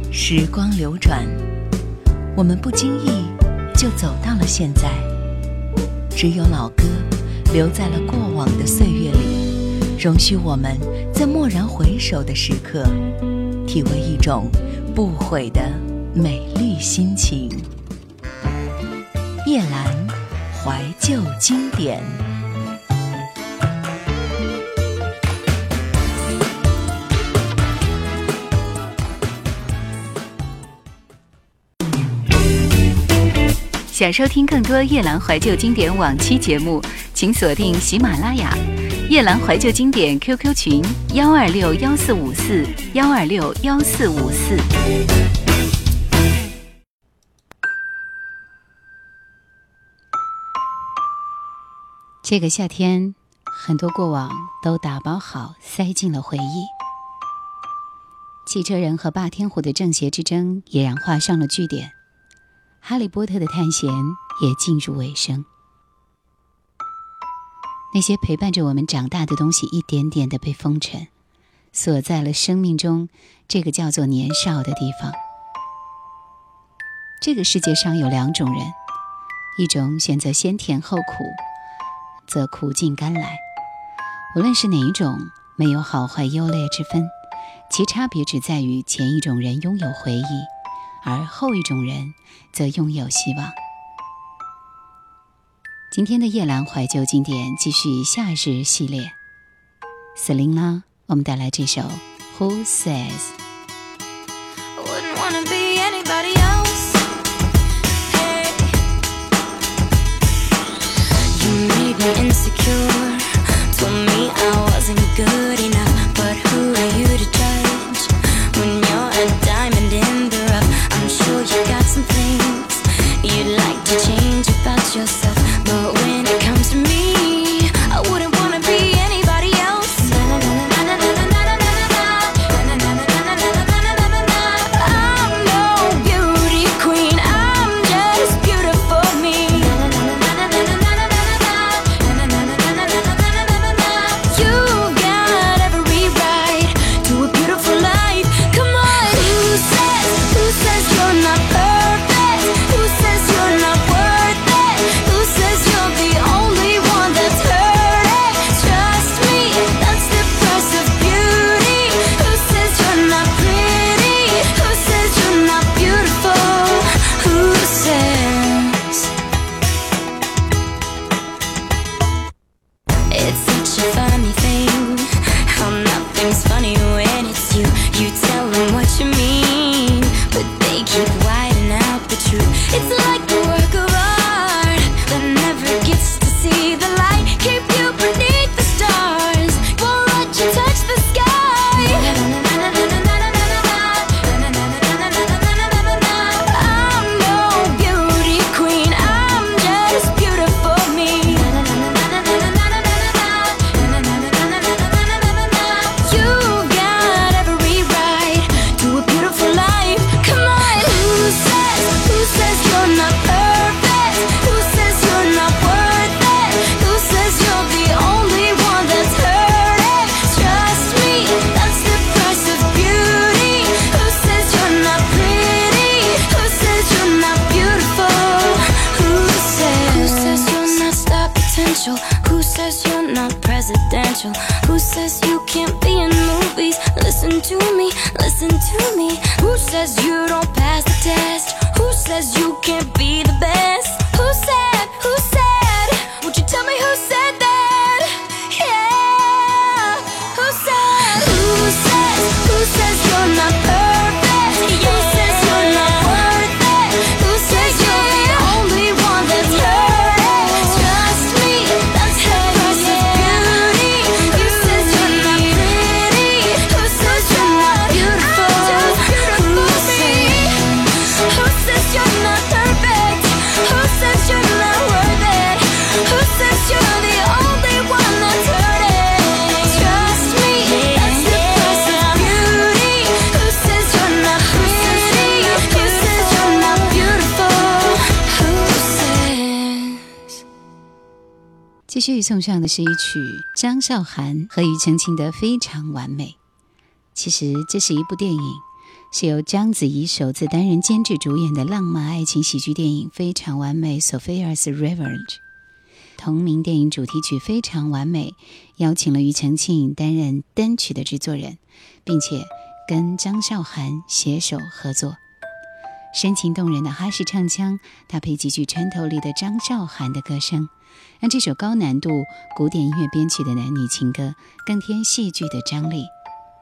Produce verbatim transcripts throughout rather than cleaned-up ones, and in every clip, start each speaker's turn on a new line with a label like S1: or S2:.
S1: 时光流转，我们不经意就走到了现在。只有老歌留在了过往的岁月里，容许我们在蓦然回首的时刻，体味一种不悔的美丽心情。夜阑怀旧经典。想收听更多夜阑怀旧经典往期节目，请锁定喜马拉雅夜阑怀旧经典 Q Q 群幺二六幺四五四幺二六幺四五四。这个夏天，很多过往都打包好，塞进了回忆。汽车人和霸天虎的正邪之争也然画上了句点。哈利波特的探险也进入尾声，那些陪伴着我们长大的东西一点点地被封尘，锁在了生命中这个叫做年少的地方。这个世界上有两种人，一种选择先甜后苦，则苦尽甘来。无论是哪一种，没有好坏优劣之分，其差别只在于前一种人拥有回忆，而后一种人则拥有希望。今天的夜阑怀旧经典继续夏日系列， Selina 我们带来这首 Who Says。
S2: I wouldn't wanna be anybody else. Hey, you made me insecure, told me I wasn't good enough, but who are you to judge when you're a diamond in the rough? I'm sure you got some things you'd like to change about yourself, but when it comes to me, I wouldn't wanna be anybody else. I'm no beauty queen, I'm just beautiful me. You got every right to a beautiful life. Come on, who says, who says you're not perfect? Who says you're not worth it? Who says you're the only one that's hurting? Trust me, that's the price of beauty. Who says you're not pretty? Who says you're not beautiful? Who says? It's such a funny thing how nothing's funny when it's you. You tell them what you mean, but they keep whiting out the truth. It's like a work of art that never gets to see the light. Keep you beneath the stars, won't let you touch the sky. I'm no beauty queen, I'm just beautiful me. You got every right to a beautiful life. Come on, who says, who says you're not perfect? Who says you're not worth it? Who says you're the only one that's hurting? Trust me, that's the price of beauty. Who says you're not pretty? Who says you're not beautiful? Who says? Who says you're not star potential? Who says you're not presidential? Who says you can't be in movies? Listen to me, listen to me. Who says you don't pass the test? Who says you can't be the best? Who said, who said? Would you tell me who said that? Yeah. Who said? Who says, who says you're not perfect? Who says you're not worth it? Who says you're the only one that's hurting? Trust me, that's the price of beauty. Who says you're not pretty? Who says you're not beautiful? Who says? Who says you're not perfect? Who says you're not worth it? Who says you're the only one that's hurting? Trust me, that's the price of beauty. Who says you're not pretty? Who says you're not beautiful? Who says?
S1: 继续送上的是一曲张韶涵和庾澄庆的《非常完美》。其实这是一部电影，
S3: 是由章子怡首次担任监制主演的浪漫爱情喜剧电影《非常完美 Sophia's Revenge》。同名电影主题曲《非常完美》邀请了庾澄庆担任单曲的制作人，并且跟张韶涵携手合作。深情动人的哈式唱腔搭配极具穿透力的张韶涵的歌声，让这首高难度古典音乐编曲的男女情歌更添戏剧的张力。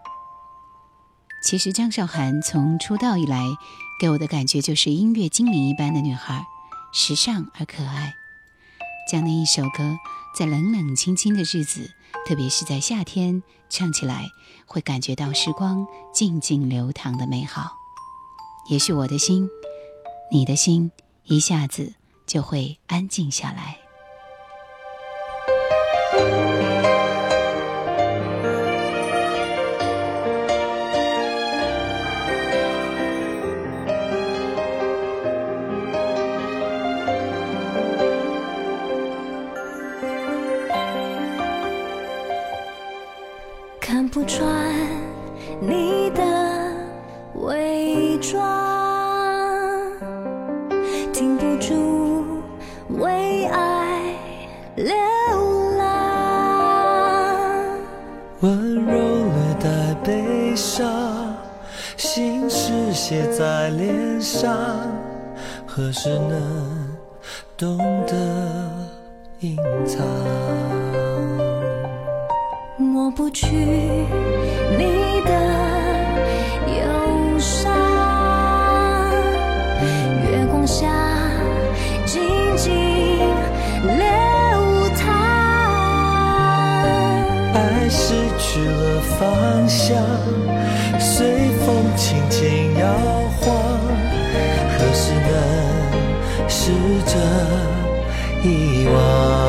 S3: 其实张韶涵从出道以来给我的感觉就是音乐精灵一般的女孩，时尚而可爱。这样的一首歌在冷冷清清的日子，特别是在夏天，唱起来会感觉到时光静静流淌的美好。也许我的心，你的心一下子就会安静下来。
S2: 看不穿你的伪装，停不住为爱流浪，
S4: 温柔略带悲伤，心事写在脸上，何时能懂得隐藏？
S2: 抹不去你的忧伤，月光下静静流淌，
S4: 爱失去了方向，随风轻轻摇晃，何时能试着遗忘？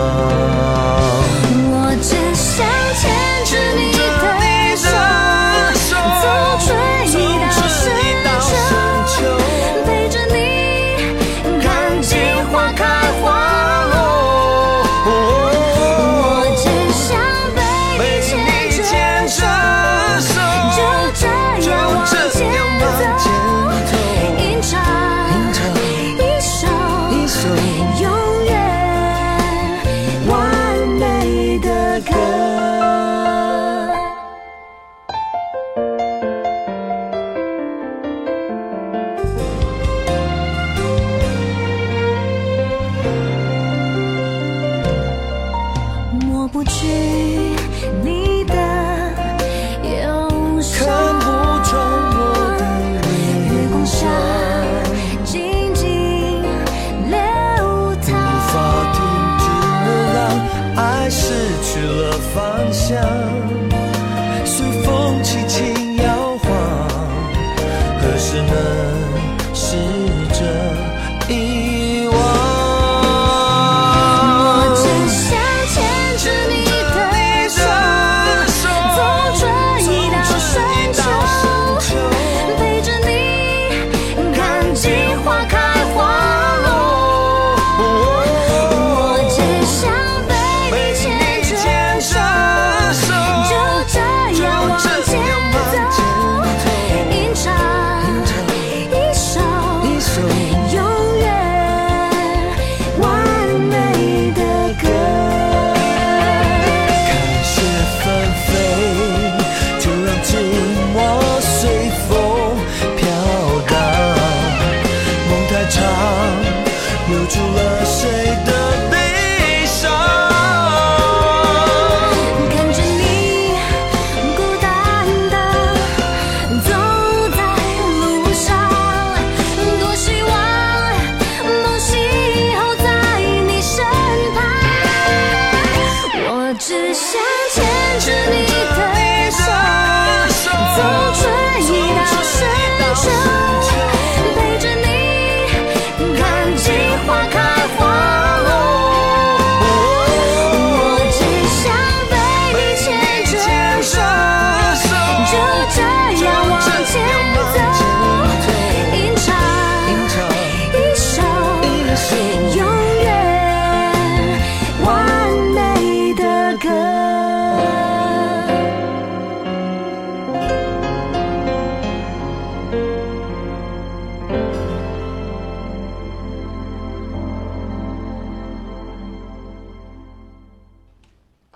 S2: 我只想牵着你的手，走春意到深秋，陪着你看见花开花落。我只想被你牵着手，就这样往前走，吟唱一首永远完美的歌。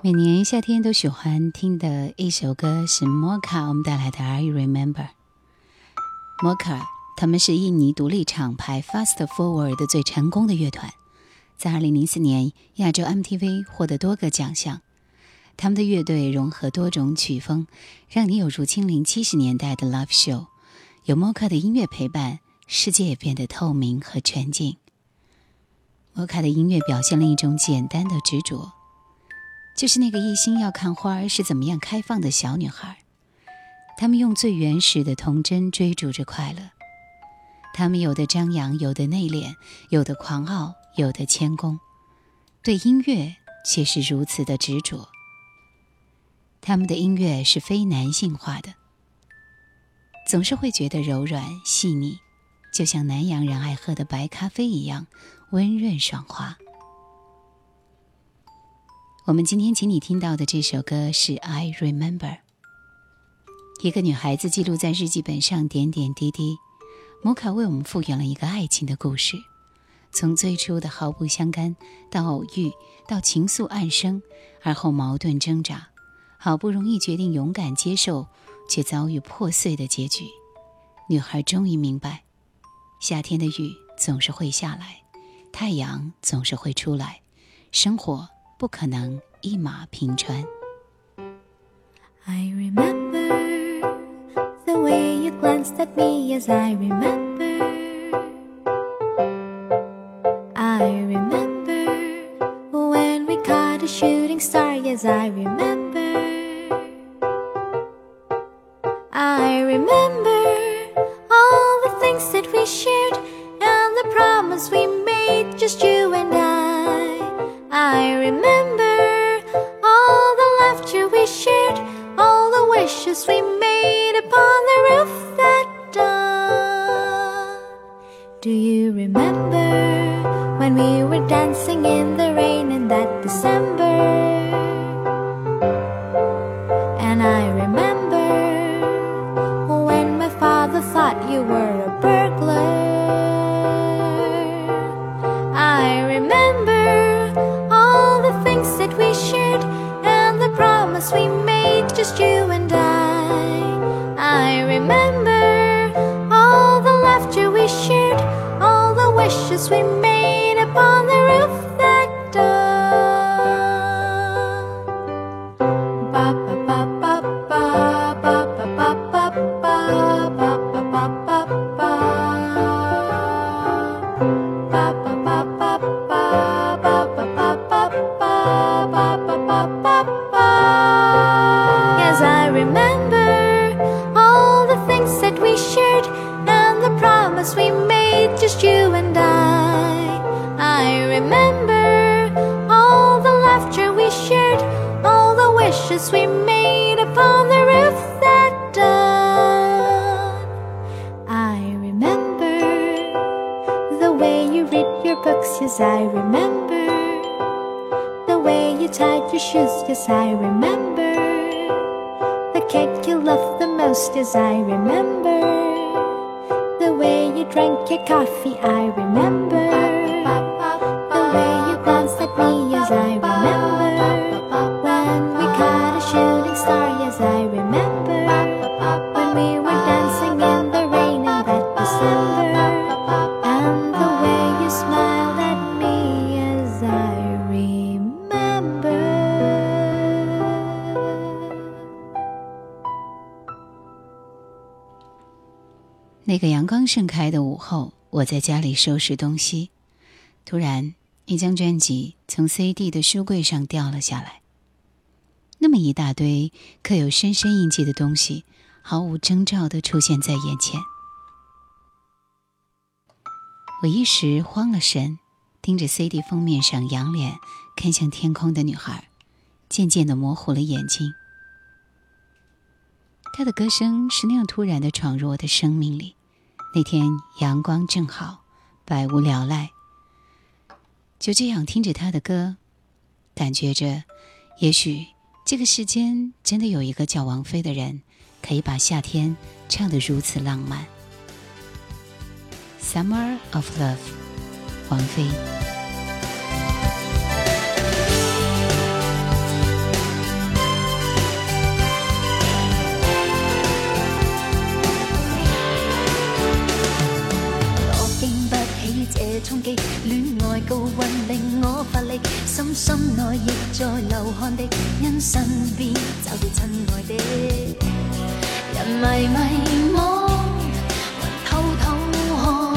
S3: 每年夏天都喜欢听的一首歌是 Mocha 我们带来的 I Remember。 Mocha 他们是印尼独立厂牌 Fast Forward 的最成功的乐团，在二零零四年亚洲 M T V 获得多个奖项。他们的乐队融合多种曲风，让你有如亲临七十年代的 live show。 有 Mocha 的音乐陪伴，世界也变得透明和纯净。 Mocha 的音乐表现了一种简单的执着，就是那个一心要看花是怎么样开放的小女孩。他们用最原始的童真追逐着快乐，他们有的张扬，有的内敛，有的狂傲，有的谦恭，对音乐却是如此的执着。他们的音乐是非男性化的，总是会觉得柔软细腻，就像南洋人爱喝的白咖啡一样温润爽滑。我们今天请你听到的这首歌是 I Remember， 一个女孩子记录在日记本上点点滴滴。摩卡为我们复原了一个爱情的故事，从最初的毫不相干，到偶遇，到情愫暗生，而后矛盾挣扎，好不容易决定勇敢接受，却遭遇破碎的结局。女孩终于明白，夏天的雨总是会下来，太阳总是会出来，生活不可能一马平川。
S2: I remember the way you glanced at me as I remember. I remember when we caught a shooting star, yes I remember. I remember all the things that we shared and the promise we made, just you and I. I remember all the laughter we shared, all the wishes we made upon the roof that dawn. Do you remember when we were dancing in the rain in that December? And I remember when my father thought you were a burglar. I remember all the things that we shared and the promise we made, just you and I. I remember all the laughter we shared, all the wishes we made upon the roof that dawn. Ba ba ba ba ba ba ba ba ba ba ba ba ba ba ba. Ba ba ba ba ba ba ba ba ba ba ba ba ba. Yes, I remember all the things that we shared and the promise we made, just you and I. I remember all the laughter we shared, all the wishes we made upon the roof that dawn. I remember the way you read your books, yes I remember. The way you tied your shoes, yes I remember. The cake you loved the most, yes I remember. The way you drank your coffee, I remember. The way you glanced at me, yes I remember. When we caught a shooting star, yes I remember. When we were dancing in the rain in that December. And the way you smiled at me, yes I remember.
S3: 那个阳光盛开的午后，我在家里收拾东西，突然一张专辑从 C D 的书柜上掉了下来。那么一大堆刻有深深印记的东西，毫无征兆地出现在眼前。我一时慌了神，盯着 C D 封面上仰脸看向天空的女孩，渐渐地模糊了眼睛。她的歌声是那样突然地闯入我的生命里。那天阳光正好，百无聊赖，就这样听着她的歌，感觉着也许这个世间真的有一个叫王菲的人，可以把夏天唱得如此浪漫。 Summer of Love， 王菲。
S2: 身邊找到親愛的，人迷迷惘，還偷偷看，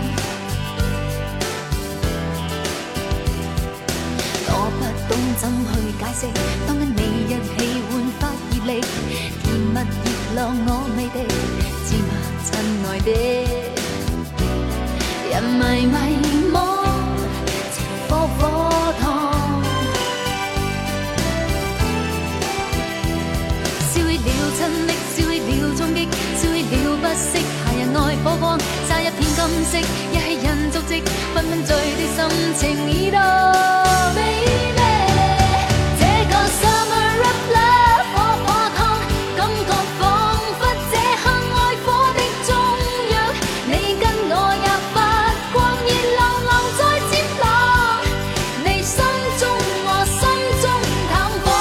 S2: 我不懂怎去解釋，當跟你一起煥發熱力，甜蜜熱浪我美的，知嗎親愛的，人迷迷惘，情火火燙。親昵燒起了衝擊，燒起了不息，夏日愛火光，灑一片金色，一起人足跡，紛紛醉的心情已到。Baby， 這個 summer of love 火火燙，感覺彷彿這刻愛火的中藥，你跟我也發光，熱浪浪在接浪，你心中我心中淡薄。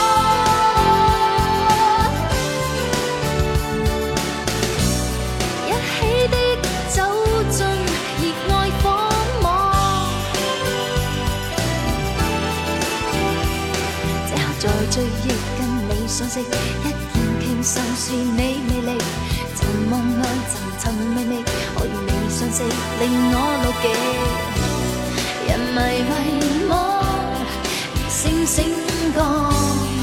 S2: 在追憶跟你相識，一見傾心說你魅力，尋夢愛尋尋覓覓，可與你相識令我牢記，人迷迷惘如星星降，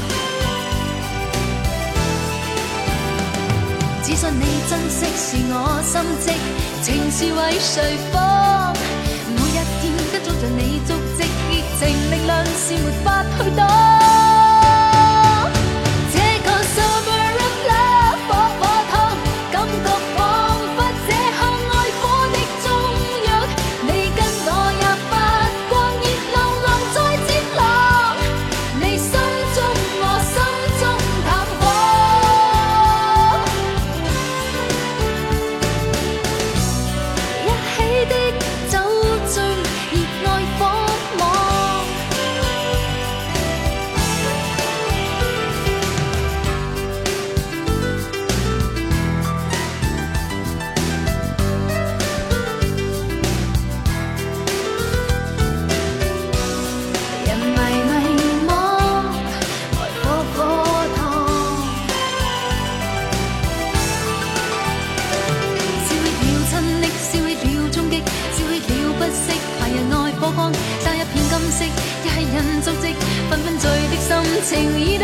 S2: 只信你珍惜是我心跡，情是為誰放？每一天都捉着你足跡，熱情力量是沒法去擋。情已到。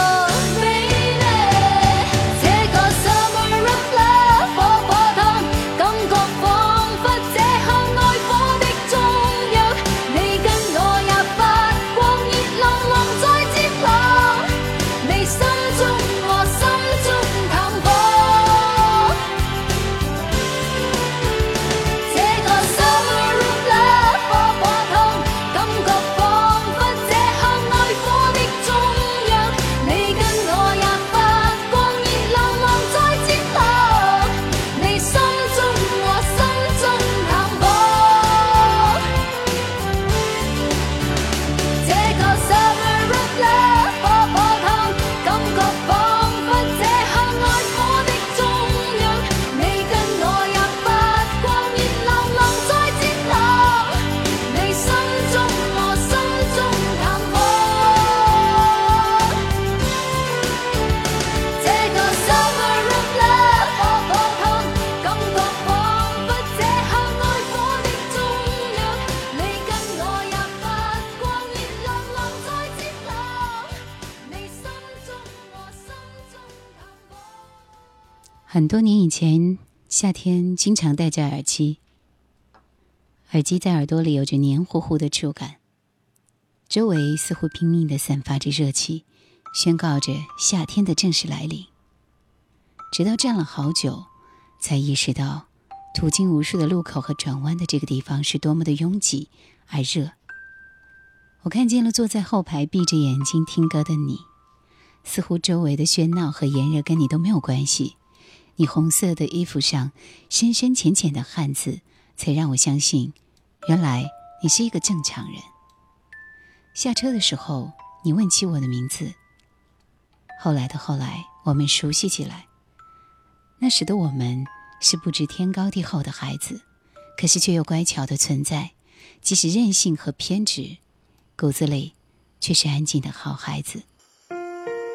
S3: 很多年以前，夏天经常戴着耳机，耳机在耳朵里有着黏糊糊的触感，周围似乎拼命地散发着热气，宣告着夏天的正式来临。直到站了好久，才意识到途经无数的路口和转弯的这个地方是多么的拥挤而热。我看见了坐在后排闭着眼睛听歌的你，似乎周围的喧闹和炎热跟你都没有关系，你红色的衣服上深深浅浅的汗渍才让我相信，原来你是一个正常人。下车的时候，你问起我的名字，后来的后来，我们熟悉起来。那时的我们是不知天高地厚的孩子，可是却又乖巧的存在，即使任性和偏执，骨子里却是安静的好孩子。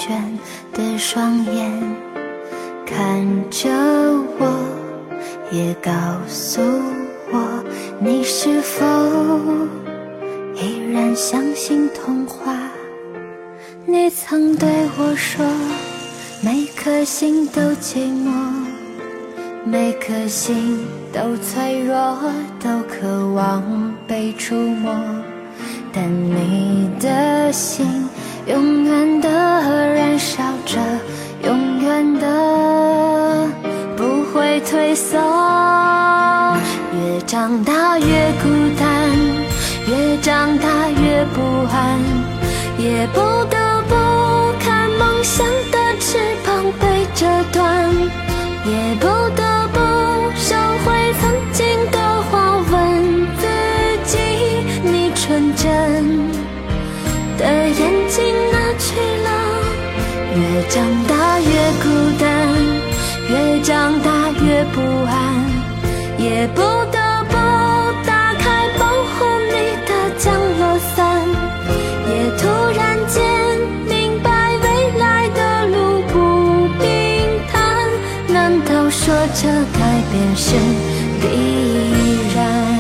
S2: 倦的双眼，看着我，也告诉我，你是否依然相信童话？你曾对我说，每颗心都寂寞，每颗心都脆弱，都渴望被触摸，但你的心永远的燃烧着，永远的不会退缩。越长大越孤单，越长大越不安，也不得不看梦想的翅膀被折断，也不得不收回曾经的话，问自己，你纯真的眼睛哪去了？越长大越孤单，越长大越不安，也不得不打开保护你的降落伞，也突然间明白未来的路不平坦，难道说这改变是必然？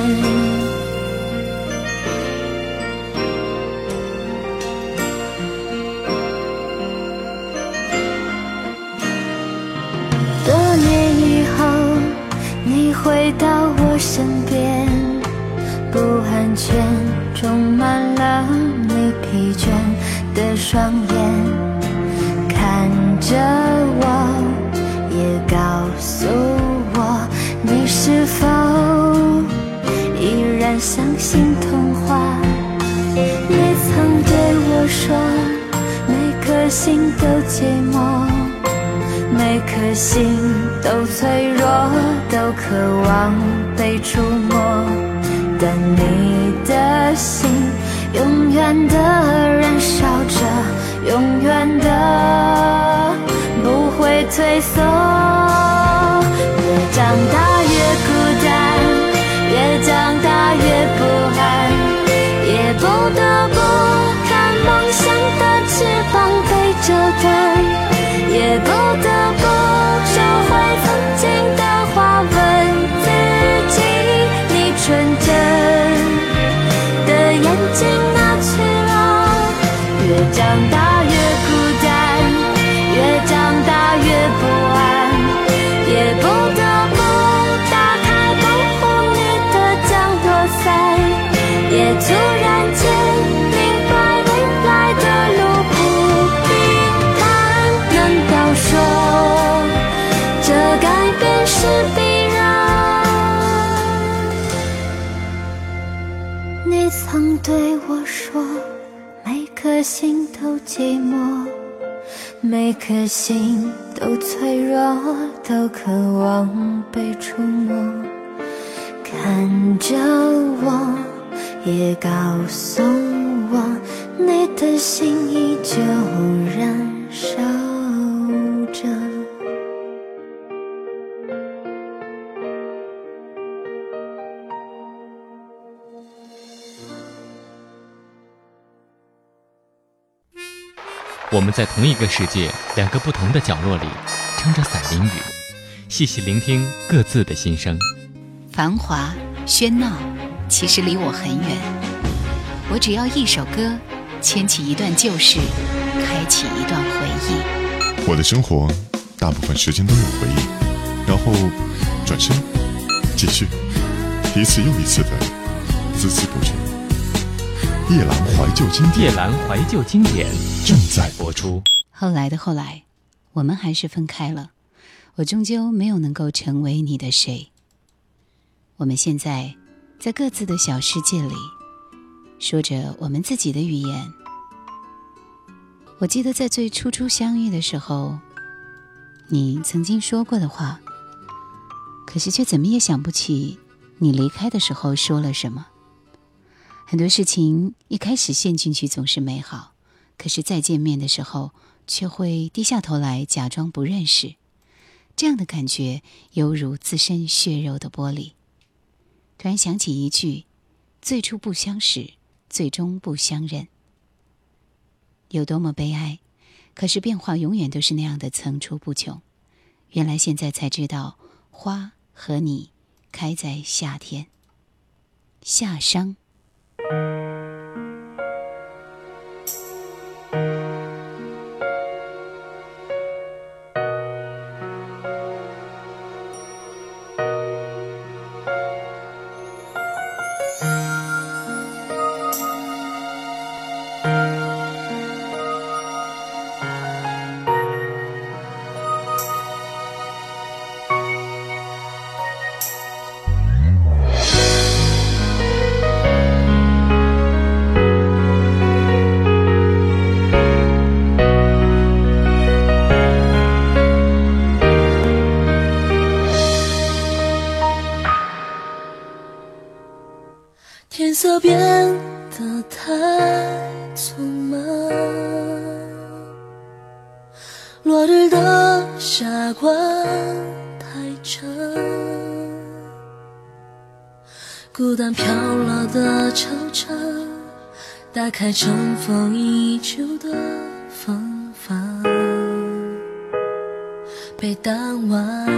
S2: 多年以后你回到我身边，不安全充满了你疲倦的双眼，看着我，也告诉我，你是否依然相信童话？你曾对我说，每颗心都寂寞，每颗心都脆弱，都渴望被触摸，但你的心永远的燃烧着，永远的不会退缩。越长大越孤单，越长大越不安，也不得不看梦想的翅膀被折断，也不得不收回曾经的话，问自己，你纯真的眼睛哪去了？越长大越孤单，越长大越不安，也不得不打开保护你的降落伞，也突然间明白未来的路不平坦，难道说这改变是必然？你曾对我说，每颗心都寂寞，每颗心都脆弱，都渴望被触摸，看着我，也告诉我，你的心依旧燃烧着。
S5: 我们在同一个世界，两个不同的角落里，撑着伞淋雨，细细聆听各自的心声。
S3: 繁华喧闹其实离我很远，我只要一首歌，牵起一段旧事，开启一段回忆。
S6: 我的生活大部分时间都有回忆，然后转身继续，一次又一次的孜孜不倦。夜阑怀旧经典，
S5: 夜阑怀旧经典
S6: 正在
S5: 播出。
S3: 后来的后来，我们还是分开了，我终究没有能够成为你的谁。我们现在在各自的小世界里，说着我们自己的语言。我记得在最初初相遇的时候，你曾经说过的话，可是却怎么也想不起你离开的时候说了什么。很多事情一开始陷进去总是美好，可是再见面的时候却会低下头来假装不认识，这样的感觉犹如自身血肉的玻璃。突然想起一句，最初不相识，最终不相认。有多么悲哀， 可是变化永远都是那样的层出不穷。原来现在才知道，花和你开在夏天。夏商。
S2: 天色变得太匆忙，落日的霞光太长，孤单飘落的惆怅，打开尘封已久的芬芳，被淡忘，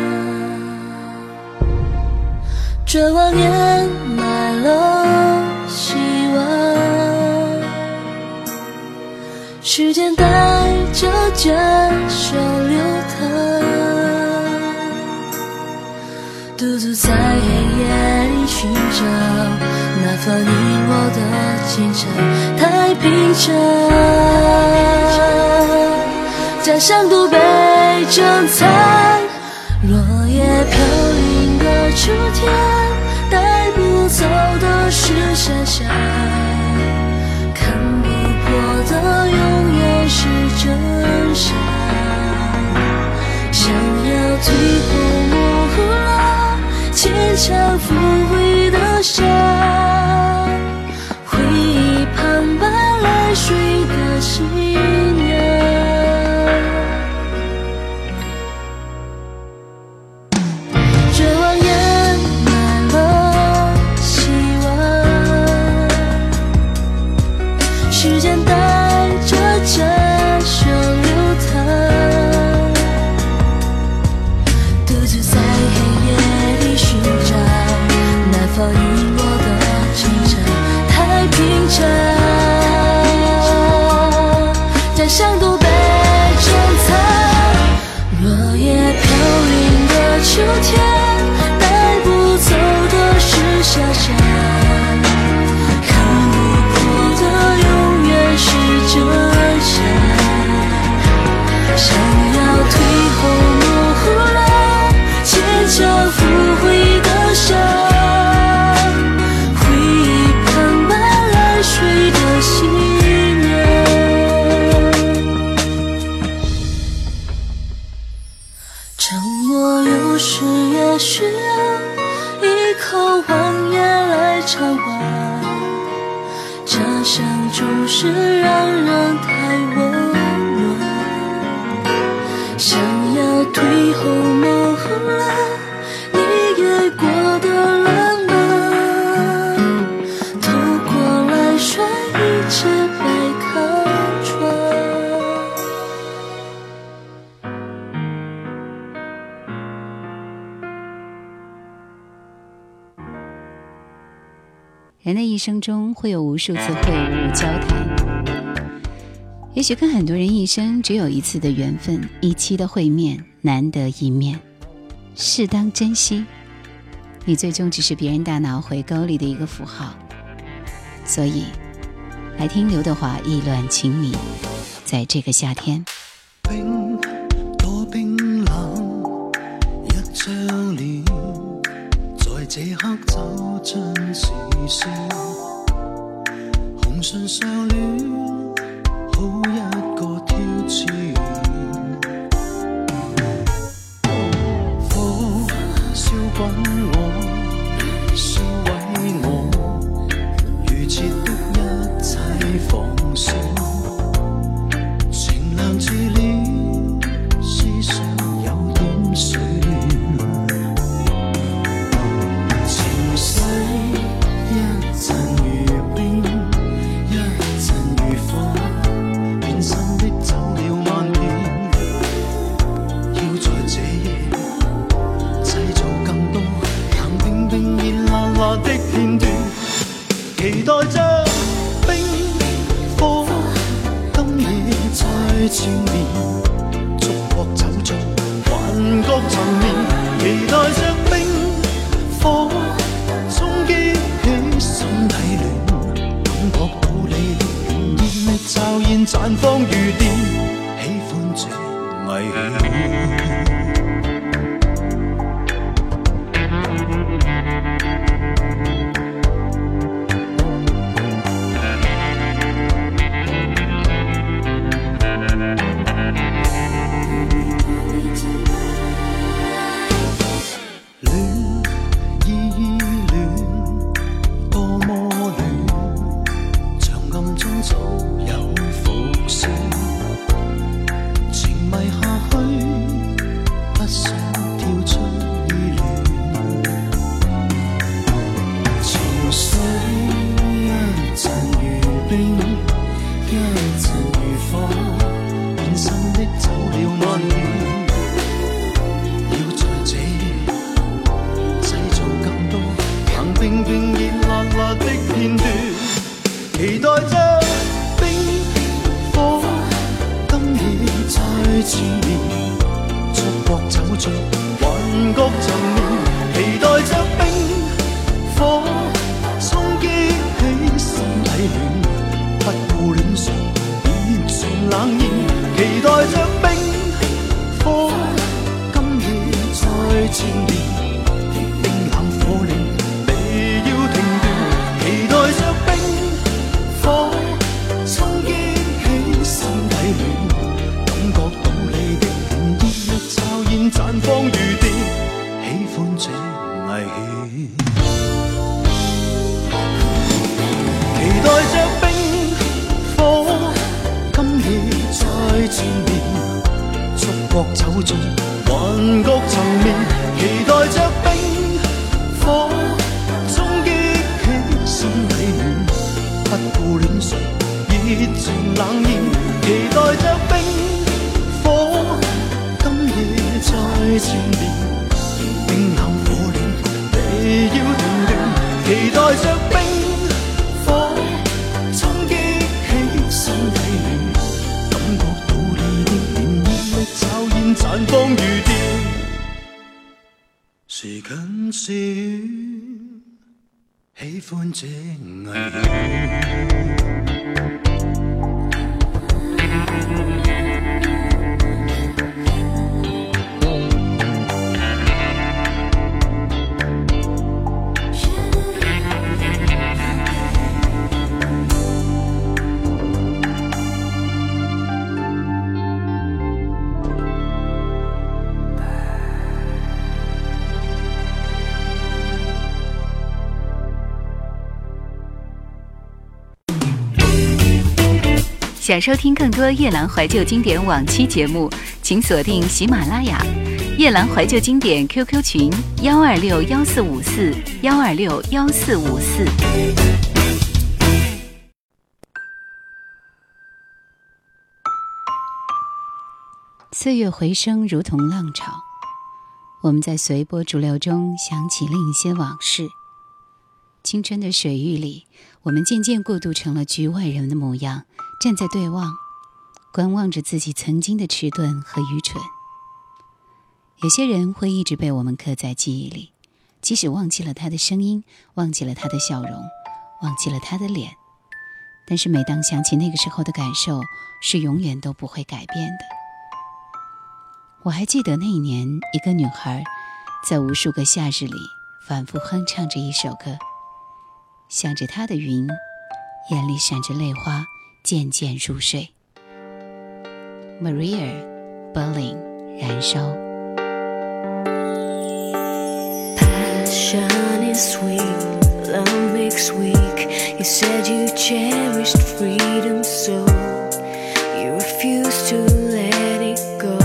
S2: 绝望掩埋了希望，时间带着坚守流淌，独自在黑夜里寻找那份你我的前程太平常，家乡都被珍藏，落叶飘零的秋天，带不走的是遐想，看不破的永远是真相，想要退后模糊了牵强附会的伤，回忆旁白泪水的信仰，时间带着坚守流淌，独自在黑夜里寻找那份你我的前程太平常，家乡都被珍藏，落叶飘零的秋天，带不走的是遐想，是真相，想要退后模糊了牵强附会的伤，回忆旁白泪水的信仰，沉默有时也需要一口谎言来偿还，这相总是让人太温暖，想要退后模糊了你给过的浪漫，透过泪水一直被看穿。
S3: 人的一生中会有无数次会晤交谈，也许跟很多人一生只有一次的缘分，一期的会面，难得一面，适当珍惜。你最终只是别人大脑回沟里的一个符号。所以来听刘德华意乱情迷，在这个夏天。
S4: 冰多冰冷一張臉，在這刻走進視線，紅唇相戀好一個挑戰，火燒滾我燒毀我，預設的一切防線，情涼自戀在前面，逐國走進幻覺層面，期待着冰火衝擊起心底亂，感覺到你的熱力驟現綻放如電，喜歡這危險。是近是遠，喜歡這危險。
S3: 想收听更多夜兰怀旧经典往期节目，请锁定喜马拉雅夜兰怀旧经典 Q Q 群幺二六幺四五四幺二六幺四五四。岁月回声如同浪潮，我们在随波逐流中想起另一些往事。青春的水域里，我们渐渐过渡成了局外人的模样，站在对望，观望着自己曾经的迟钝和愚蠢。有些人会一直被我们刻在记忆里，即使忘记了他的声音，忘记了他的笑容，忘记了他的脸，但是每当想起那个时候的感受，是永远都不会改变的。我还记得那一年，一个女孩在无数个夏日里反复哼唱着一首歌，想着她的云，眼里闪着泪花，渐渐入睡。 Maria Berlin 燃烧。
S2: Passion is sweet, love makes weak. You said you cherished freedom, so you refused to let it go.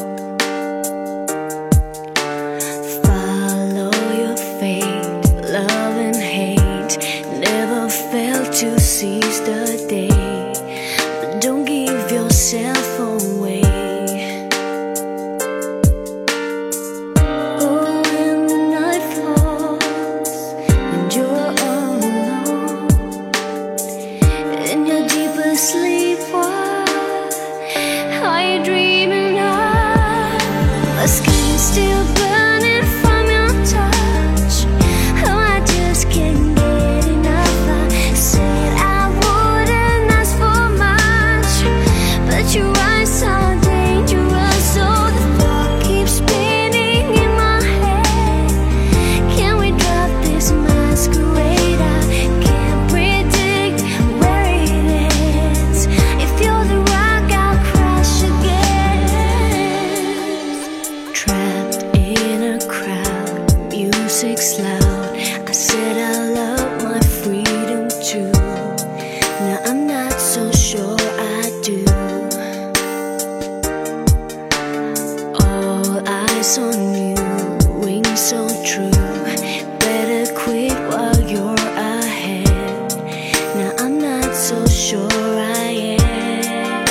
S2: Follow your fate, love and hate. Never failed to seize the day, but don't give yourself away. Oh, when the night falls and you're all alone, in your deepest sleep Are you dreaming of my skin still burning from your touch? Oh, I just can't get enough. I said I wouldn't ask for much, but your eyes are dangerous, so the thought keeps spinning in my head. Can we drop this masquerade? I can't predict where it ends. If you're the rock, I'll crash again. Trapped in a crowd, music's loud. I said I love my freedom too. Now I'm not so sure I do. All eyes on you, wings so true. Better quit while you're ahead. Now I'm not so sure I am.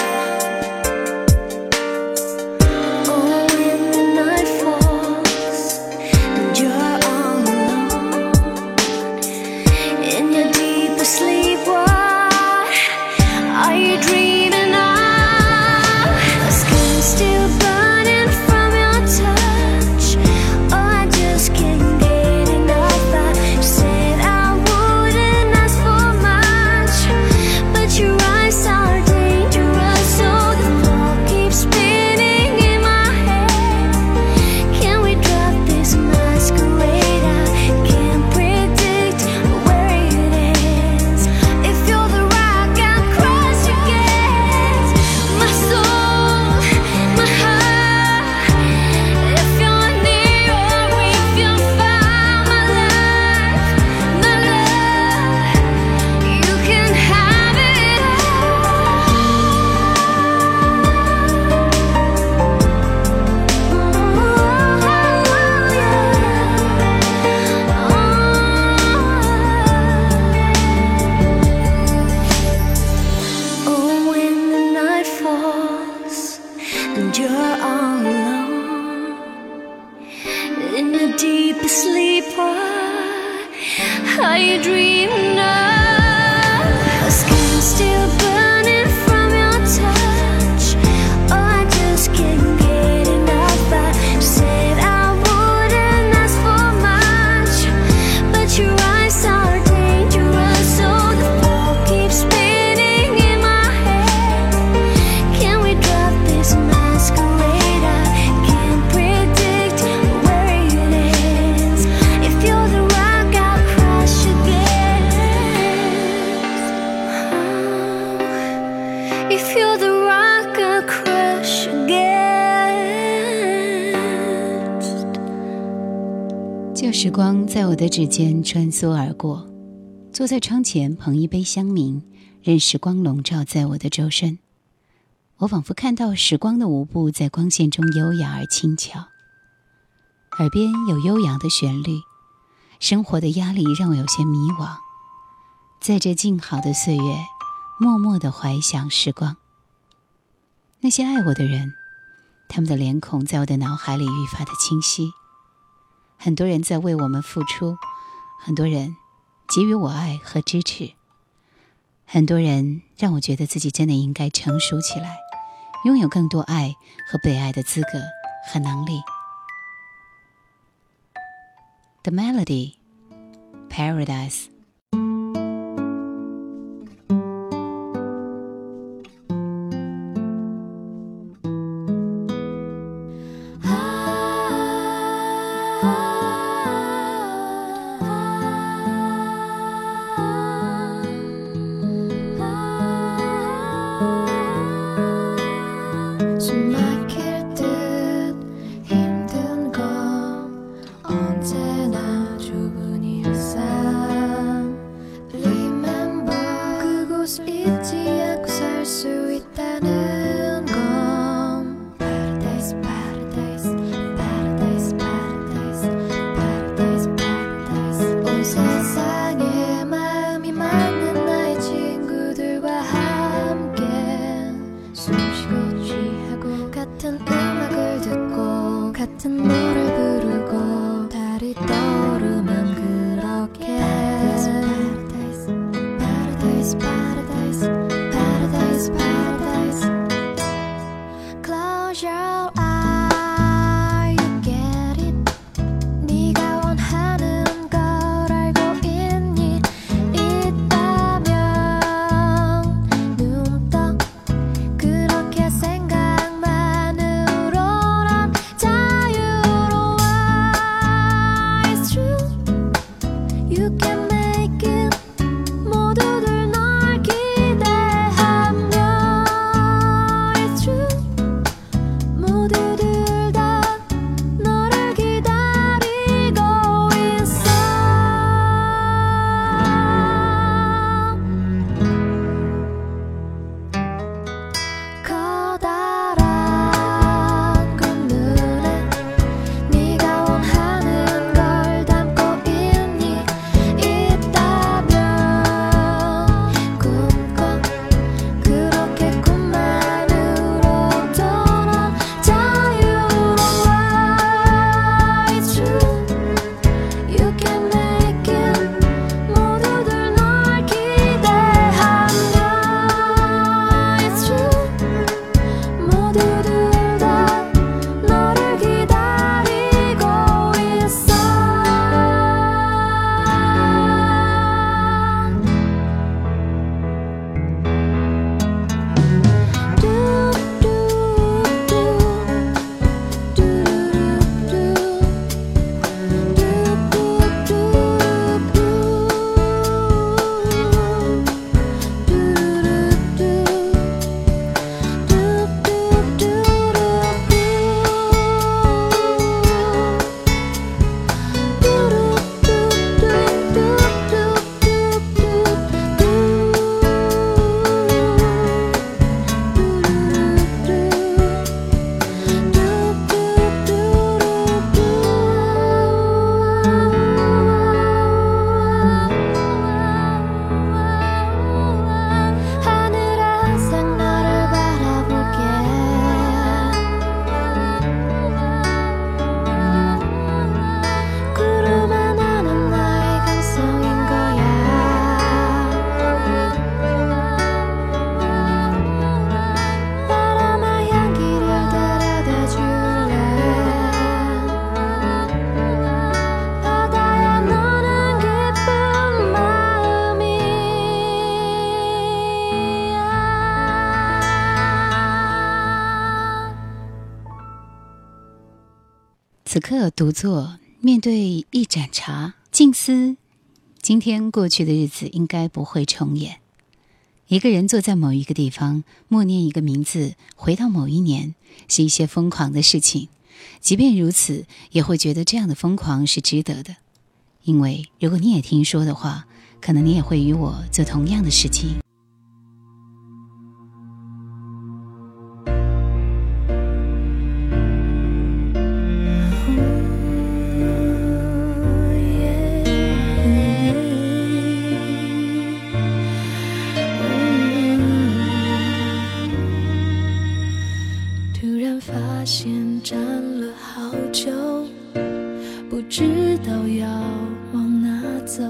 S2: Oh, when the night falls and you're all alone in your deepest sleep, what are you dreaming of? My skin still burning from your touch. Oh, I just can't get enough. I said I wouldn't ask for much, but your eyes are dangerous, so the thought keeps spinning in my head. Can we drop this masquerade? I can't predict where it ends. If you're the rock, I'll crush again. My soul, my heart. If you're near or if you're far, my life, my love, you can have it all. Oh, when the night falls and you're all alone in your deepest sleep, what are you dreaming of? My skin still burning from your touch. Oh, I just can't get enough. I said I wouldn't ask for much, but your eyes are dangerous, so the thought keeps spinning in my head. Can we drop this masquerade? I can't predict where it ends. If you're the rock, I'll crash again. Oh, if you're the rock, I'll crash again.
S3: 旧时光在我的指尖穿梭而过，坐在窗前捧一杯香茗，任时光笼罩在我的周身。我仿佛看到时光的舞步在光线中优雅而轻巧，耳边有悠扬的旋律。生活的压力让我有些迷惘，在这静好的岁月，默默地怀想时光。那些爱我的人，他们的脸孔在我的脑海里愈发的清晰。很多人在为我们付出，很多人给予我爱和支持，很多人让我觉得自己真的应该成熟起来，拥有更多爱和被爱的资格和能力。The Melody, Paradise。
S2: close your eye, you get it. 네가 원하는 걸 알고 있니? 있다면 눈 떠. 그렇게 생각만으로 난 자유로워. It's true, you can make it. 모두들 널 기대하며. It's true, 모두들 다 너를 기다리고 있어. 커다란 꽃눈에 네가 원하는 걸 담고 있니? 있다면 꿈꿔. 그렇게 꿈만으로도 난 자유로워. It's true, you can make it. 모두들 널 기대하며. It's true, 모두들 다 너를 기다리고 있어. 하늘 항상 너를 바라볼게. 구름 하나는 나의 감성인 거야. 바람아 향기를 데려다 줄래. 바다야 너는 기쁜 마음이야.
S3: 此刻独坐，面对一盏茶，静思今天过去的日子应该不会重演。一个人坐在某一个地方，默念一个名字，回到某一年，是一些疯狂的事情。即便如此，也会觉得这样的疯狂是值得的。因为如果你也听说的话，可能你也会与我做同样的事情。
S2: 突然发现站了好久，不知道要往哪走，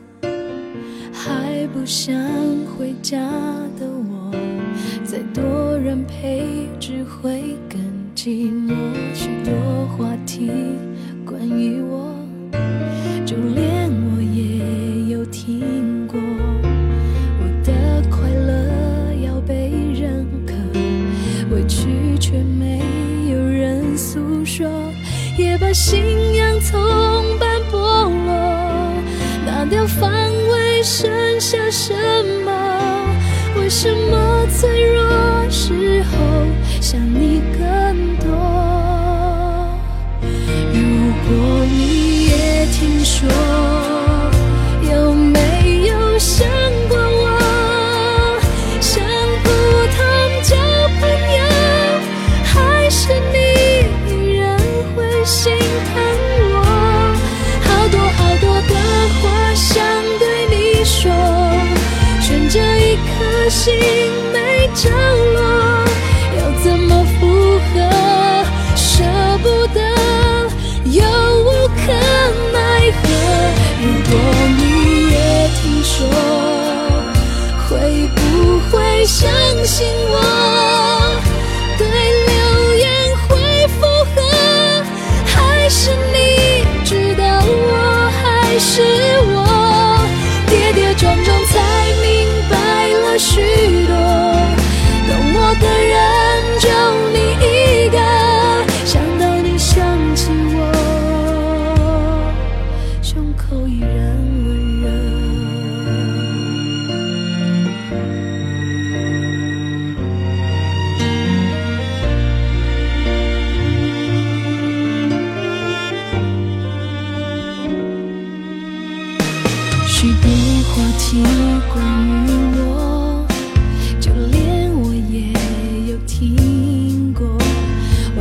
S2: 还不想回家的我，再多人陪只会更寂寞。许多话题关于我，就连我也有听过。我的快乐要被认可，委屈却没有人诉说，也把信仰从斑剥落，拿掉防卫，剩下什么？为什么脆弱时候想你更多？如果你也听说，有没有想过我？像普通交朋友，还是你依然会心疼我？好多好多的话想对你说，悬着一颗心没着落，要怎么附和？舍不得，又无可奈何。如果你也听说，会不会相信我？对流言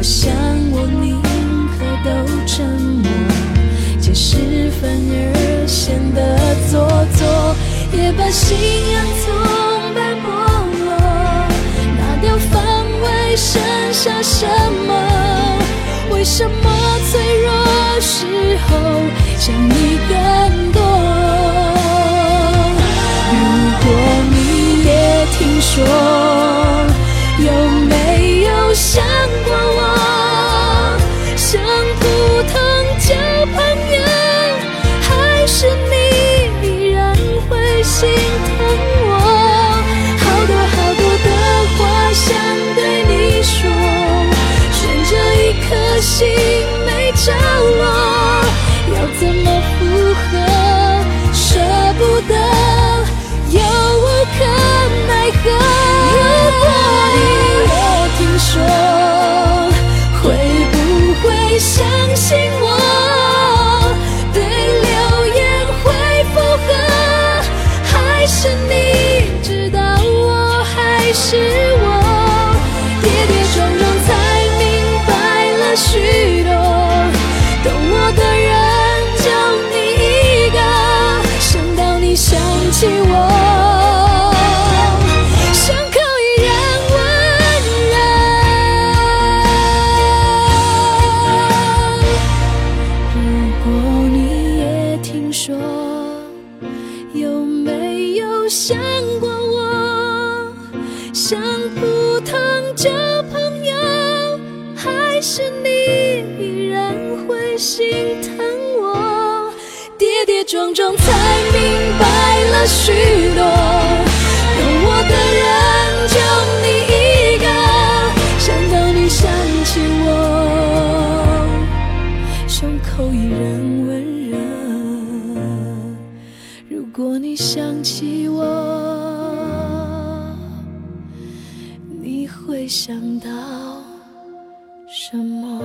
S2: 想我宁可都沉默，解释反而显得做作，也把信仰从白剥落，拿掉防卫，剩下什么？为什么脆弱时候想你更多？如果你也听说，有没有想过我？像普通交朋友，还是你依然会心疼我？好多好多的话想对你说，悬着一颗心没着落，要怎么附和？舍不得，又无可奈何。如果你也听说，会不会相信我？对流言会附和，还是你知道我还是我？跌跌撞撞才明白了许多，懂我的人就你一个，想到你想起我。想过我，像普通交朋友，还是你依然会心疼我？跌跌撞撞才明白了许多，懂我的人就你一个，想到你想起我，胸口依然温热。如果你想起我，你会想到什么？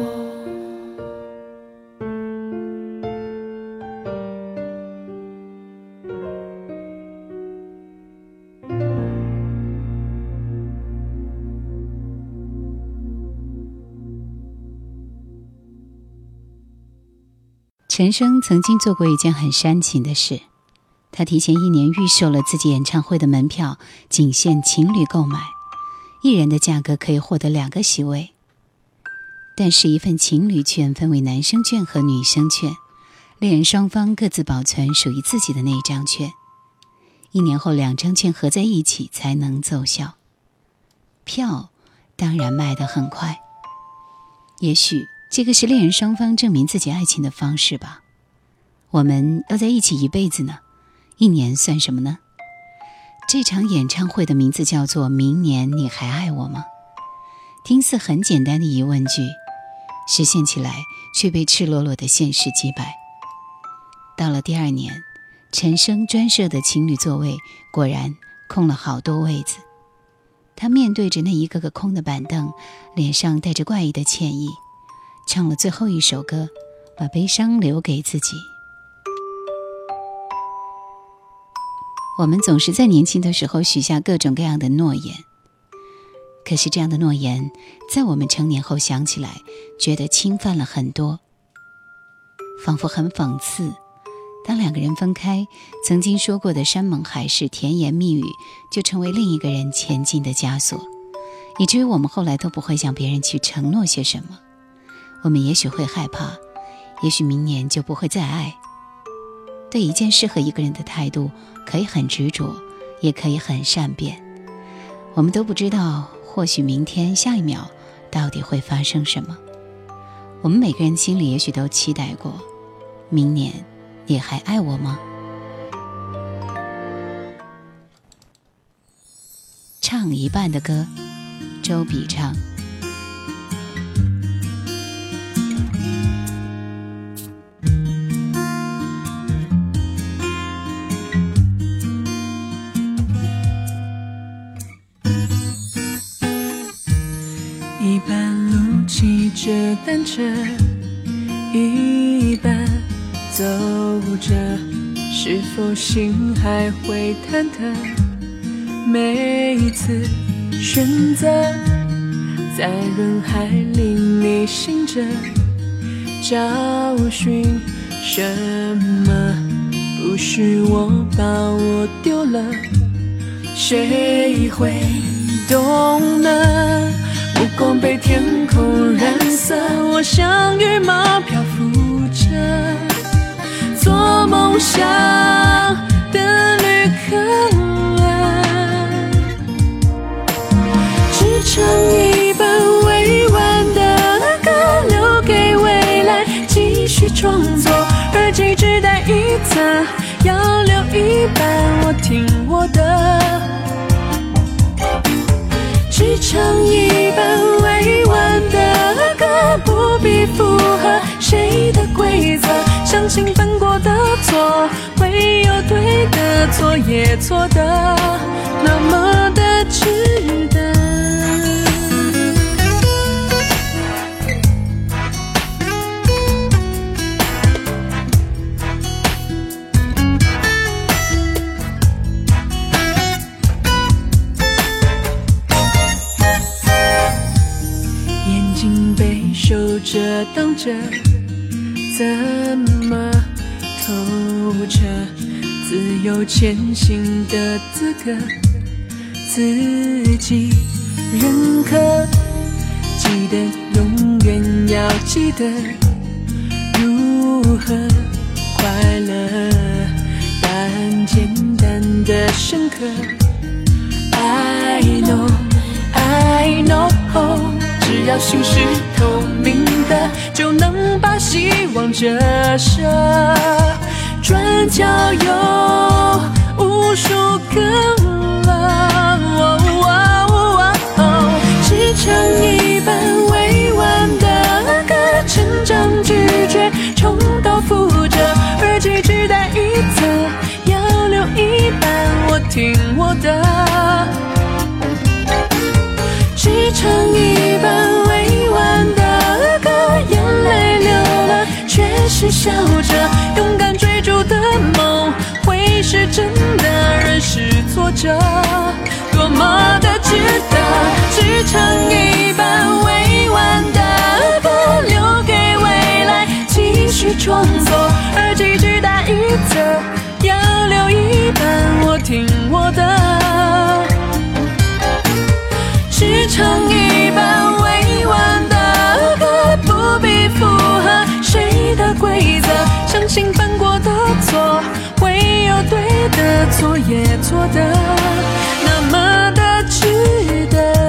S3: 陈升曾经做过一件很煽情的事，他提前一年预售了自己演唱会的门票，仅限情侣购买，一人的价格可以获得两个席位。但是一份情侣券分为男生券和女生券，恋人双方各自保存属于自己的那一张券，一年后两张券合在一起才能奏效。票当然卖得很快，也许这个是恋人双方证明自己爱情的方式吧。我们要在一起一辈子呢，一年算什么呢？这场演唱会的名字叫做《明年你还爱我吗》，听似很简单的疑问句，实现起来却被赤裸裸的现实击败。到了第二年，陈升专设的情侣座位果然空了好多位子，他面对着那一个个空的板凳，脸上带着怪异的歉意，唱了最后一首歌，把悲伤留给自己。我们总是在年轻的时候许下各种各样的诺言，可是这样的诺言在我们成年后想起来，觉得侵犯了很多，仿佛很讽刺。当两个人分开，曾经说过的山盟海誓、甜言蜜语，就成为另一个人前进的枷锁，以至于我们后来都不会向别人去承诺些什么。我们也许会害怕，也许明年就不会再爱。对一件事和一个人的态度可以很执着，也可以很善变。我们都不知道，或许明天下一秒到底会发生什么。我们每个人心里也许都期待过，明年你还爱我吗？唱一半的歌，周笔畅。
S7: 一半路骑着单车，一半走着，是否心还会忐忑？每一次选择，在人海里你醒着找寻什么，不是我把我丢了，谁会懂呢？目光被天空染色，我像羽毛漂浮着，做梦想的旅客，只唱一本未完的歌，留给未来继续创作。耳机只带一侧，要留一半，我听我的。只唱一本未完的歌，不必符合谁的规则，相信犯过的错会有对的，错也错的那么的值得。守着挡着，怎么透彻自由前行的资格，自己认可，记得永远要记得如何快乐，答案简单的深刻。 I know I know， 只要心是透明的，就能把希望折射。转角有无数个了，只唱一半未完的歌，成长拒绝重蹈覆辙，耳机只带一侧，要留一半，我听我的。 只唱一半未完的歌，眼泪流了，却是笑着。勇敢追逐的梦，会是真的，人是挫折，多么的值得。只唱一半未完的歌，留给未来继续创作。耳机只带一侧，要留一半，我听我的。 只唱一半未完的歌，不必符合谁的规则，相信犯过的错会有对的，错也错的那么的值得。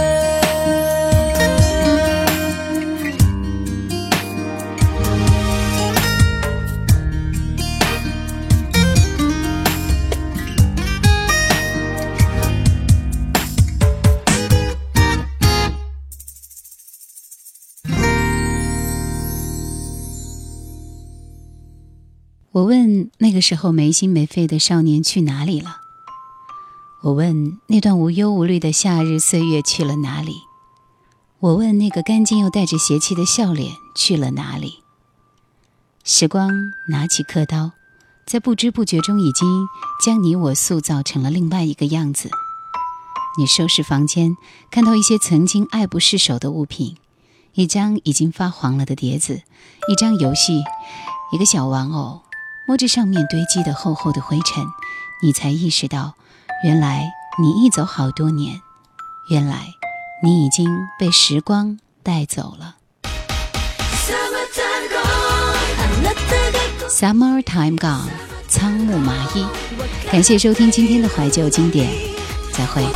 S3: 我问那个时候没心没肺的少年去哪里了？我问那段无忧无虑的夏日岁月去了哪里？我问那个干净又带着邪气的笑脸去了哪里？时光拿起刻刀，在不知不觉中已经将你我塑造成了另外一个样子。你收拾房间，看到一些曾经爱不释手的物品，一张已经发黄了的碟子，一张游戏，一个小玩偶。 摸着上面堆积的厚厚的灰尘，你才意识到，原来你一走好多年，原来你已经被时光带走了。Summertime Gone， 仓木麻衣。感谢收听今天的怀旧经典，再会。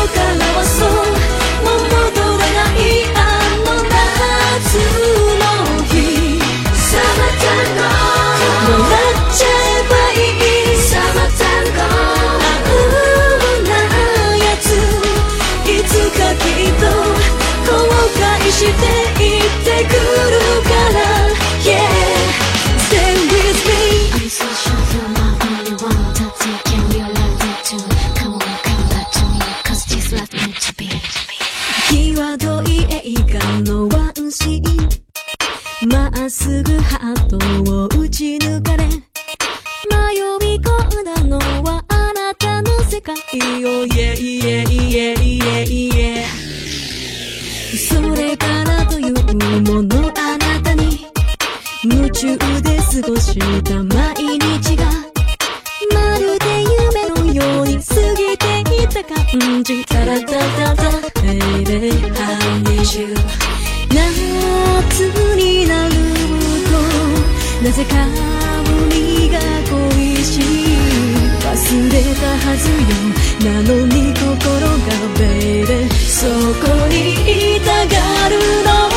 S2: 笑えばいいSummertime Gone あんなやついつかきっと後悔していってくるから Yeah Stay with me I'm so sure you're not only one to take in your life too Come on come back to me cause this life meant to be 際どい映画のワンシーンまっすぐハートを打ち抜かれ迷い込んだのはあなたの世界よ Yeah yeah yeah yeah yeah それからという過した毎日がまるで夢のように過ぎていた感じタラタタタ Baby I need you 夏になるとなぜか海が恋しい忘れたはずよなのに心が Baby そこにいたがるの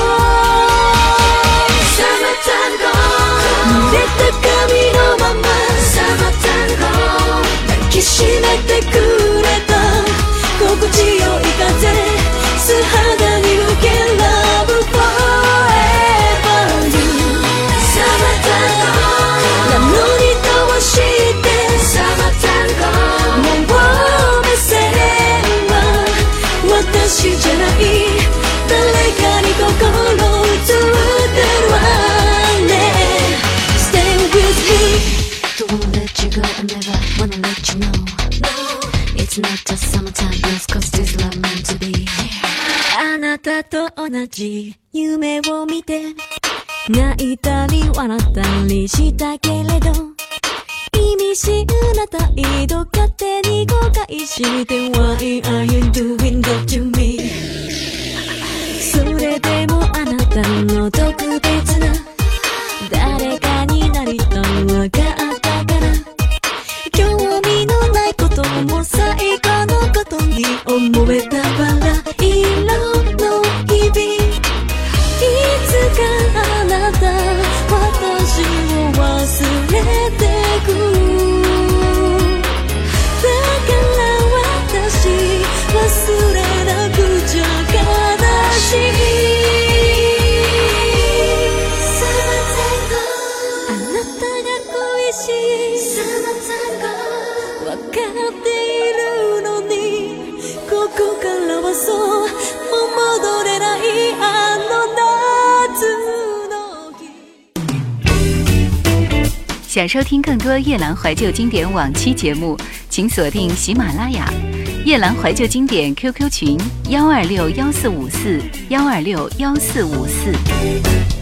S2: 濡れた髪のまま抱きしめてくれた心地よい風素肌に受け Love forever you なのにどうしてもう目線は私じゃない誰かに心移ってるわね Stay with me Don't let you go I never wanna let you know It's not just summertime blues Cause this love meant to be あなたと同じ夢を見て泣いたり笑ったりしたけれど意味深な態度勝手に後悔して Why are you doing that to me それでもあなたの特別な誰かになりたわかったから興味のないことも最高のことに思えたから色の日々いつかあなた私を忘れてくだから私忘れなくちゃ悲しいあなたが恋しいわかっているのにここからはそうもう戻れないあの夏の日
S3: 想收听更多夜兰怀旧经典往期节目，请锁定喜马拉雅夜兰怀旧经典 Q Q 群幺二六幺四五四幺二六幺四五四。